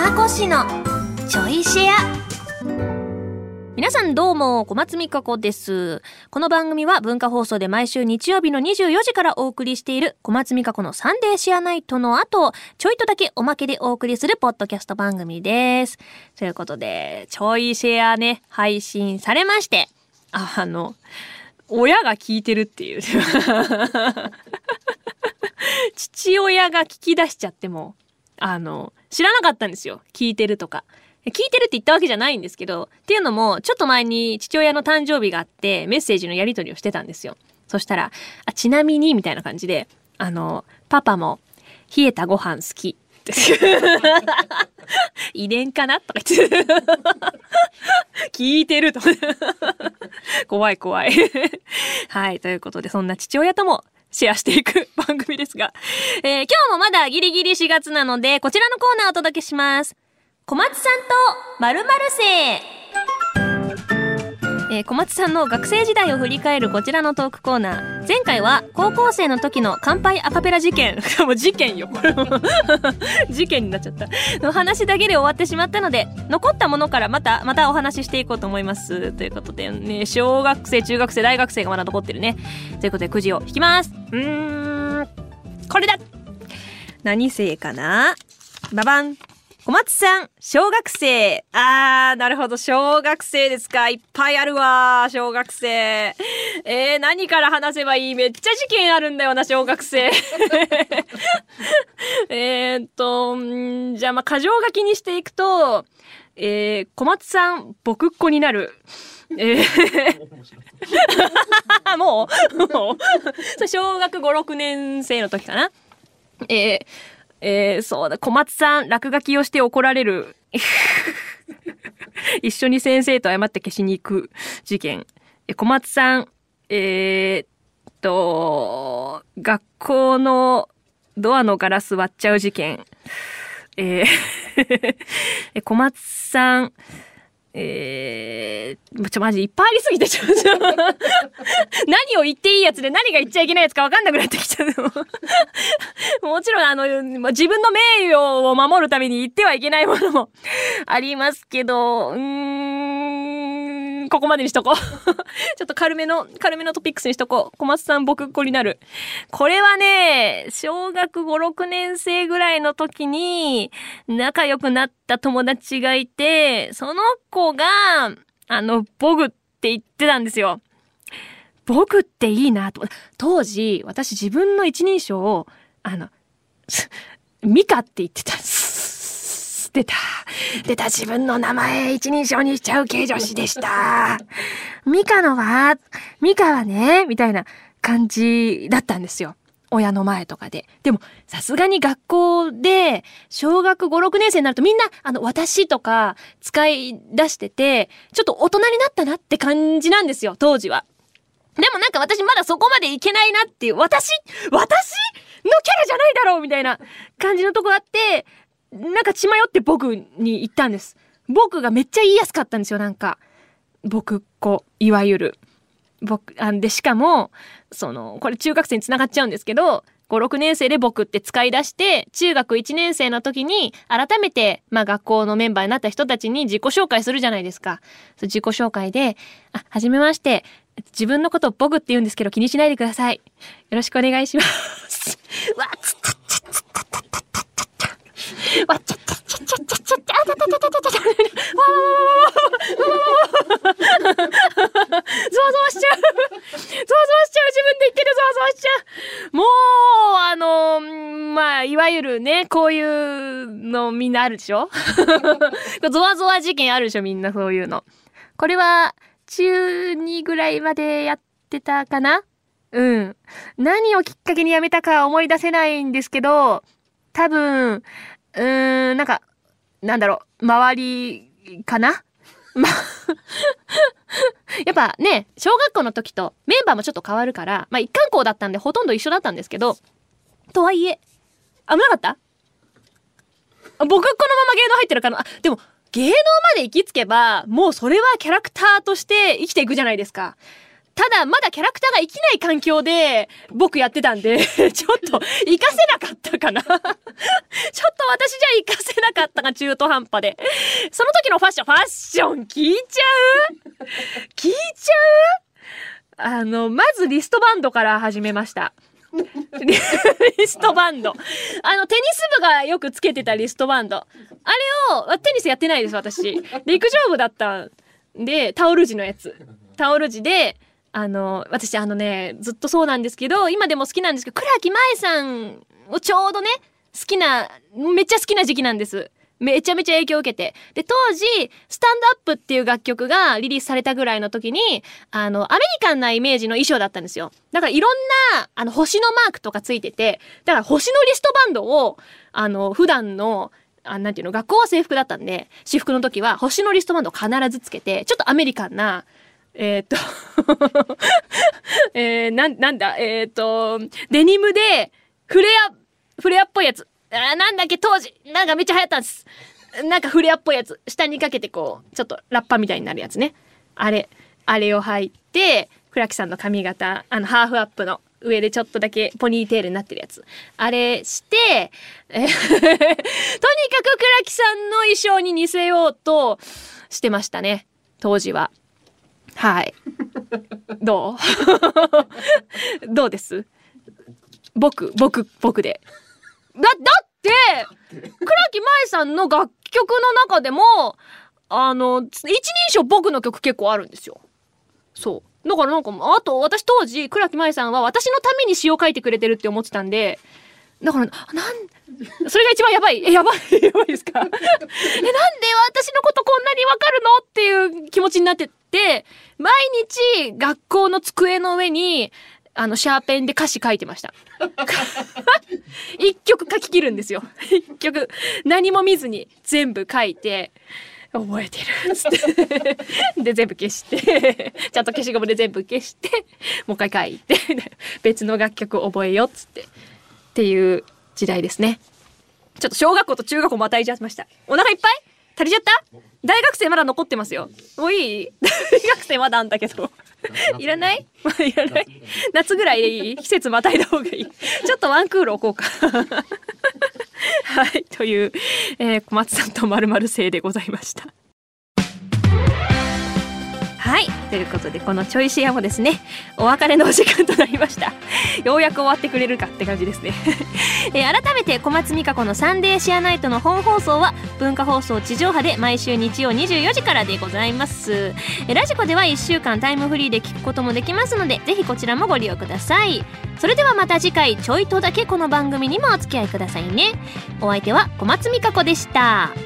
宮古市のちょいシェア。皆さんどうも、小松美香子です。この番組は文化放送で毎週日曜日の24時からお送りしている小松美香子のサンデーシェアナイトの後、ちょいとだけおまけでお送りするポッドキャスト番組です。ということで、ちょいシェアね、配信されまして、親が聞いてるっていう。父親が聞き出しちゃっても、知らなかったんですよ。聞いてるとか。聞いてるって言ったわけじゃないんですけど、っていうのも、ちょっと前に父親の誕生日があって、メッセージのやり取りをしてたんですよ。そしたら、ちなみに、みたいな感じで、パパも、冷えたご飯好き。遺伝かなとか言って。聞いてると。怖い。はい、ということで、そんな父親とも、シェアしていく番組ですが、今日もまだギリギリ4月なので、こちらのコーナーをお届けします。小松さんと〇〇生。小松さんの学生時代を振り返るこちらのトークコーナー。前回は高校生の時の乾杯アカペラ事件。もう事件よ、これも。事件になっちゃった。の話だけで終わってしまったので、残ったものからまたお話ししていこうと思います。ということでね、小学生、中学生、大学生がまだ残ってるね。ということでくじを引きます。これだ。何生かな？ババン。小松さん、小学生。なるほど、小学生ですか。いっぱいあるわ、小学生。何から話せばいい？めっちゃ事件あるんだよな、小学生。じゃあ箇条書きにしていくと、小松さん、僕っ子になる。もう小学5、6年生の時かな。そうだ、小松さん、落書きをして怒られる。一緒に先生と謝って消しに行く事件。小松さん、学校のドアのガラス割っちゃう事件。小松さん、マジいっぱいありすぎて何を言っていいやつで何が言っちゃいけないやつか分かんなくなってきちゃうもちろん自分の名誉を守るために言ってはいけないものもありますけど、ここまでにしとこうちょっと軽めのトピックスにしとこう。小松さん僕っ子になる。これはね、小学5、6年生ぐらいの時に仲良くなった友達がいて、その子がボグって言ってたんですよ。ボグっていいなと。当時私自分の一人称をミカって言ってたんです。出た自分の名前一人称にしちゃう系女子でした。ミカはねみたいな感じだったんですよ、親の前とかで。でもさすがに学校で小学5、6年生になるとみんな私とか使い出してて、ちょっと大人になったなって感じなんですよ、当時は。でもなんか私まだそこまでいけないなっていう、私のキャラじゃないだろうみたいな感じのとこあって、なんか血迷って僕に言ったんです。僕がめっちゃ言いやすかったんですよ。なんか僕っ子、いわゆるで、しかもこれ中学生に繋がっちゃうんですけど、5、6年生で僕って使い出して、中学1年生の時に改めて学校のメンバーになった人たちに自己紹介するじゃないですか。自己紹介で、はじめまして、自分のことを僕って言うんですけど気にしないでください。よろしくお願いします。わっつったっちゃつったったったったったわっちゃったっちゃっちゃっちゃっちゃっちゃあたたたたたたたわゾワゾワしちゃう自分で言ってるゾワゾワしちゃう。もういわゆるね、こういうのみんなあるでしょゾワゾワ事件あるでしょ、みんなそういうの。これは中2ぐらいまでやってたかな。何をきっかけにやめたか思い出せないんですけど、多分なんだろう、周りかなやっぱね、小学校の時とメンバーもちょっと変わるから、一貫校だったんでほとんど一緒だったんですけど、とはいえ、危なかった？僕このまま芸能入ってるかな。でも芸能まで行き着けば、もうそれはキャラクターとして生きていくじゃないですか。 ただまだキャラクターが生きない環境で僕やってたんでちょっと活かせなかったかなちょっと私じゃ活かせなかったが中途半端で、その時のファッション聞いちゃうまずリストバンドから始めました。リストバンド。テニス部がよくつけてたリストバンド。あれを、テニスやってないです、私。陸上部だったんで、タオル地のやつ。タオル地で、私ずっとそうなんですけど、今でも好きなんですけど、倉木麻衣さんをちょうどね、めっちゃ好きな時期なんです。めちゃめちゃ影響を受けて。で、当時、スタンドアップっていう楽曲がリリースされたぐらいの時に、アメリカンなイメージの衣装だったんですよ。だからいろんな、星のマークとかついてて、だから星のリストバンドを、普段の、なんていうの、学校は制服だったんで、私服の時は星のリストバンドを必ずつけて、ちょっとアメリカンな、なんだ、デニムで、フレアっぽいやつ。なんだっけ、当時、なんかめっちゃ流行ったんです。なんかフレアっぽいやつ。下にかけてこう、ちょっとラッパみたいになるやつね。あれを履いて、倉木さんの髪型、ハーフアップの上でちょっとだけポニーテールになってるやつ。あれして、とにかく倉木さんの衣装に似せようとしてましたね。当時は。はい。どうです僕で。だって倉木麻衣さんの楽曲の中でも一人称僕の曲結構あるんですよ。そうだからなんか、あと私当時倉木麻衣さんは私のために詩を書いてくれてるって思ってたんで、だからそれが一番やばいですかなんで私のことこんなにわかるのっていう気持ちになってて、毎日学校の机の上にシャーペンで歌詞書いてました。一曲書き切るんですよ。一曲。何も見ずに全部書いて、覚えてるっつって。で、全部消して、ちゃんと消しゴムで全部消して、もう一回書いて、別の楽曲覚えよっつって。っていう時代ですね。ちょっと小学校と中学校またいじゃいました。お腹いっぱい？足りちゃった？大学生まだ残ってますよ。もういい？大学生まだあんだけど。いらない？いらない？夏ぐらいでいい？季節またいだ方がいい。ちょっとワンクール置こうか。はい。という、小松さんと〇〇星でございました。はい。ということで、このちょいシェアもですね、お別れのお時間となりました。ようやく終わってくれるかって感じですね。改めて小松美香子のサンデーシェアナイトの本放送は文化放送地上波で毎週日曜24時からでございます。ラジコでは1週間タイムフリーで聞くこともできますので、ぜひこちらもご利用ください。それではまた次回ちょいとだけこの番組にもお付き合いくださいね。お相手は小松美香子でした。